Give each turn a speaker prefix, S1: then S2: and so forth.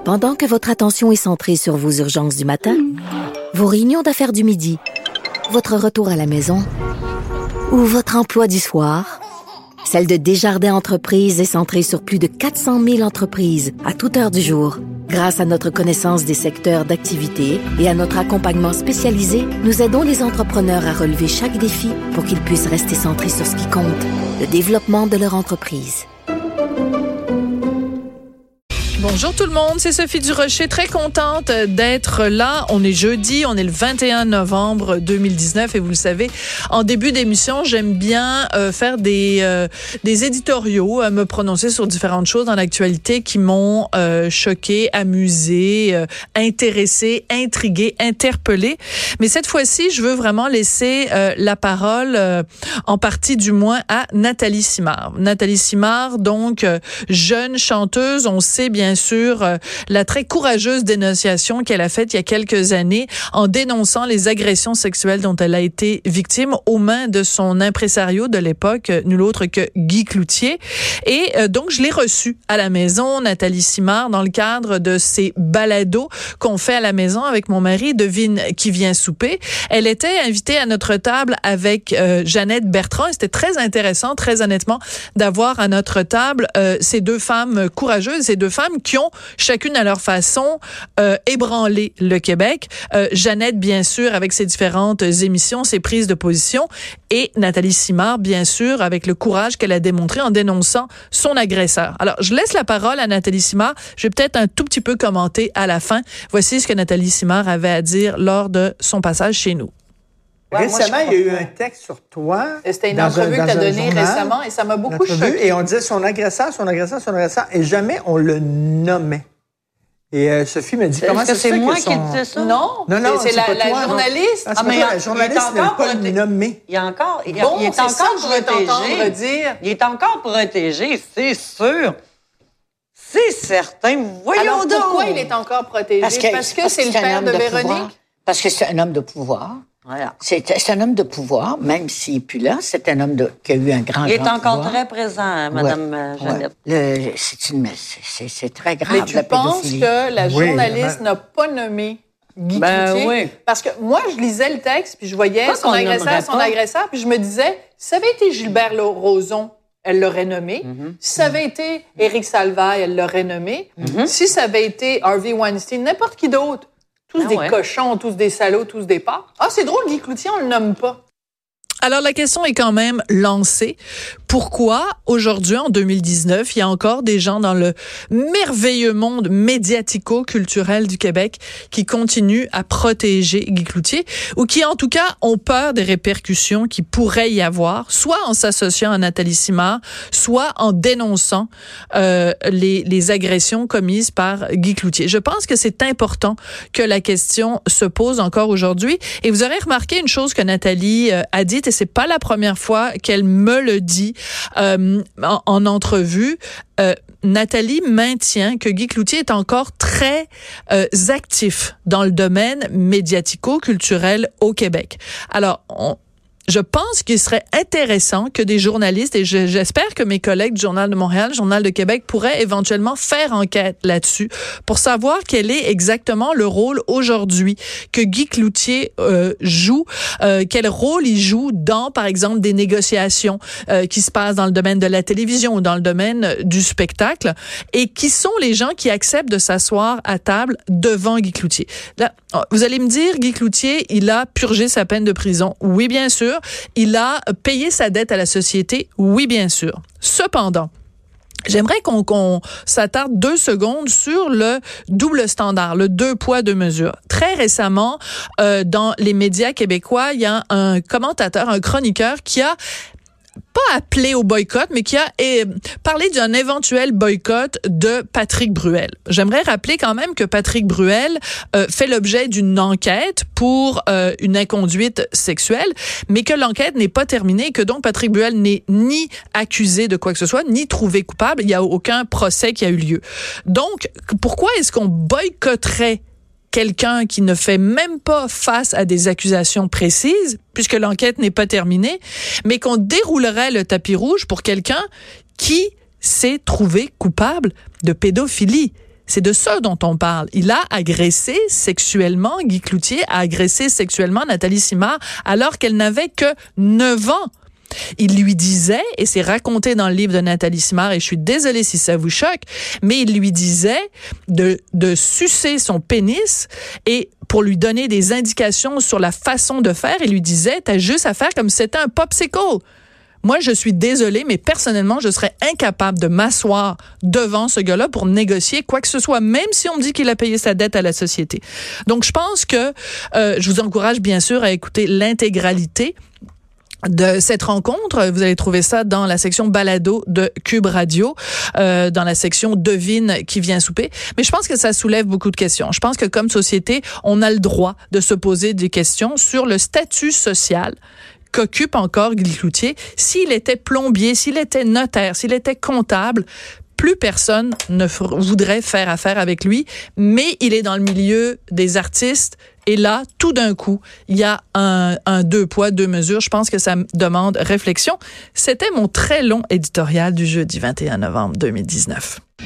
S1: Pendant que votre attention est centrée sur vos urgences du matin, vos réunions d'affaires du midi, votre retour à la maison ou votre emploi du soir, celle de Desjardins Entreprises est centrée sur plus de 400 000 entreprises à toute heure du jour. Grâce à notre connaissance des secteurs d'activité et à notre accompagnement spécialisé, nous aidons les entrepreneurs à relever chaque défi pour qu'ils puissent rester centrés sur ce qui compte, le développement de leur entreprise.
S2: Bonjour tout le monde, c'est Sophie Durocher, très contente d'être là. On est jeudi, on est le 21 novembre 2019 et vous le savez, en début d'émission, j'aime bien faire des éditoriaux, me prononcer sur différentes choses dans l'actualité qui m'ont choqué, amusé, intéressé, intrigué, interpellé. Mais cette fois-ci, je veux vraiment laisser la parole, en partie du moins, à Nathalie Simard. Nathalie Simard, donc jeune chanteuse, on sait bien sûr la très courageuse dénonciation qu'elle a faite il y a quelques années en dénonçant les agressions sexuelles dont elle a été victime aux mains de son impresario de l'époque, nul autre que Guy Cloutier. Et donc, je l'ai reçue à la maison, Nathalie Simard, dans le cadre de ces balados qu'on fait à la maison avec mon mari, Devine qui vient souper. Elle était invitée à notre table avec Jeannette Bertrand et c'était très intéressant, très honnêtement, d'avoir à notre table ces deux femmes courageuses, ces deux femmes qui ont chacune à leur façon ébranlé le Québec. Jeannette, bien sûr, avec ses différentes émissions, ses prises de position, et Nathalie Simard, bien sûr, avec le courage qu'elle a démontré en dénonçant son agresseur. Alors, je laisse la parole à Nathalie Simard. Je vais peut-être un tout petit peu commenter à la fin. Voici ce que Nathalie Simard avait à dire lors de son passage chez nous.
S3: Récemment, il y a eu un texte sur toi.
S4: C'était une entrevue que tu as donnée récemment et ça m'a beaucoup choqué.
S3: Et on disait son agresseur, et jamais on le nommait. Et Sophie m'a dit comment ça se fait que
S4: c'est moi qui disais ça? Non, c'est la journaliste.
S3: La journaliste n'aime pas le nommer.
S4: Il est encore protégé. Il est encore protégé, c'est sûr. C'est certain. Voyons donc. Pourquoi il est encore protégé? Parce que c'est le père de Véronique?
S5: Parce que c'est un homme de pouvoir. Voilà. C'est un homme de pouvoir, même s'il n'est plus là. C'est un homme qui a eu un grand pouvoir.
S4: Il est encore très présent, hein, Mme Jeannette.
S5: Ouais. C'est très grave,
S4: mais tu penses que la journaliste n'a pas nommé Guy Cloutier? Oui. Parce que moi, je lisais le texte, puis je voyais son agresseur, puis je me disais, si ça avait été Gilbert Rozon, elle l'aurait nommé. Mm-hmm. Si ça avait été Éric Salvaille, elle l'aurait nommé. Mm-hmm. Si ça avait été Harvey Weinstein, n'importe qui d'autre. Tous des cochons, tous des salauds, tous des porcs. Ah, c'est drôle, Guy Cloutier, on le nomme pas.
S2: Alors, la question est quand même lancée. Pourquoi, aujourd'hui, en 2019, il y a encore des gens dans le merveilleux monde médiatico-culturel du Québec qui continuent à protéger Guy Cloutier ou qui, en tout cas, ont peur des répercussions qui pourraient y avoir, soit en s'associant à Nathalie Simard, soit en dénonçant les agressions commises par Guy Cloutier. Je pense que c'est important que la question se pose encore aujourd'hui. Et vous aurez remarqué une chose que Nathalie a dite, et c'est pas la première fois qu'elle me le dit en entrevue. Nathalie maintient que Guy Cloutier est encore très actif dans le domaine médiatico-culturel au Québec. Alors, je pense qu'il serait intéressant que des journalistes, et j'espère que mes collègues du Journal de Montréal, Journal de Québec, pourraient éventuellement faire enquête là-dessus pour savoir quel est exactement le rôle aujourd'hui que Guy Cloutier joue, quel rôle il joue dans, par exemple, des négociations qui se passent dans le domaine de la télévision ou dans le domaine du spectacle, et qui sont les gens qui acceptent de s'asseoir à table devant Guy Cloutier. Là, vous allez me dire, Guy Cloutier, il a purgé sa peine de prison. Oui, bien sûr. Il a payé sa dette à la société. Oui, bien sûr. Cependant, j'aimerais qu'on s'attarde 2 secondes sur le double standard, le 2 poids, 2 mesures. Très récemment, dans les médias québécois, il y a un commentateur, un chroniqueur qui a pas appelé au boycott, mais qui a parlé d'un éventuel boycott de Patrick Bruel. J'aimerais rappeler quand même que Patrick Bruel fait l'objet d'une enquête pour une inconduite sexuelle, mais que l'enquête n'est pas terminée et que donc Patrick Bruel n'est ni accusé de quoi que ce soit, ni trouvé coupable. Il n'y a aucun procès qui a eu lieu. Donc, pourquoi est-ce qu'on boycotterait quelqu'un qui ne fait même pas face à des accusations précises, puisque l'enquête n'est pas terminée, mais qu'on déroulerait le tapis rouge pour quelqu'un qui s'est trouvé coupable de pédophilie? C'est de ça dont on parle. Il a agressé sexuellement, Guy Cloutier a agressé sexuellement Nathalie Simard alors qu'elle n'avait que 9 ans. Il lui disait, et c'est raconté dans le livre de Nathalie Simard, et je suis désolée si ça vous choque, mais il lui disait de sucer son pénis et pour lui donner des indications sur la façon de faire, il lui disait, t'as juste à faire comme si c'était un popsicle. Moi, je suis désolée, mais personnellement, je serais incapable de m'asseoir devant ce gars-là pour négocier quoi que ce soit, même si on me dit qu'il a payé sa dette à la société. Donc, je pense que je vous encourage bien sûr à écouter l'intégralité de cette rencontre. Vous allez trouver ça dans la section balado de Cube Radio, dans la section devine qui vient souper. Mais je pense que ça soulève beaucoup de questions. Je pense que comme société, on a le droit de se poser des questions sur le statut social qu'occupe encore Guy Cloutier. S'il était plombier, s'il était notaire, s'il était comptable, plus personne ne voudrait faire affaire avec lui, mais il est dans le milieu des artistes. Et là, tout d'un coup, il y a un 2 poids, 2 mesures. Je pense que ça demande réflexion. C'était mon très long éditorial du jeudi 21 novembre 2019.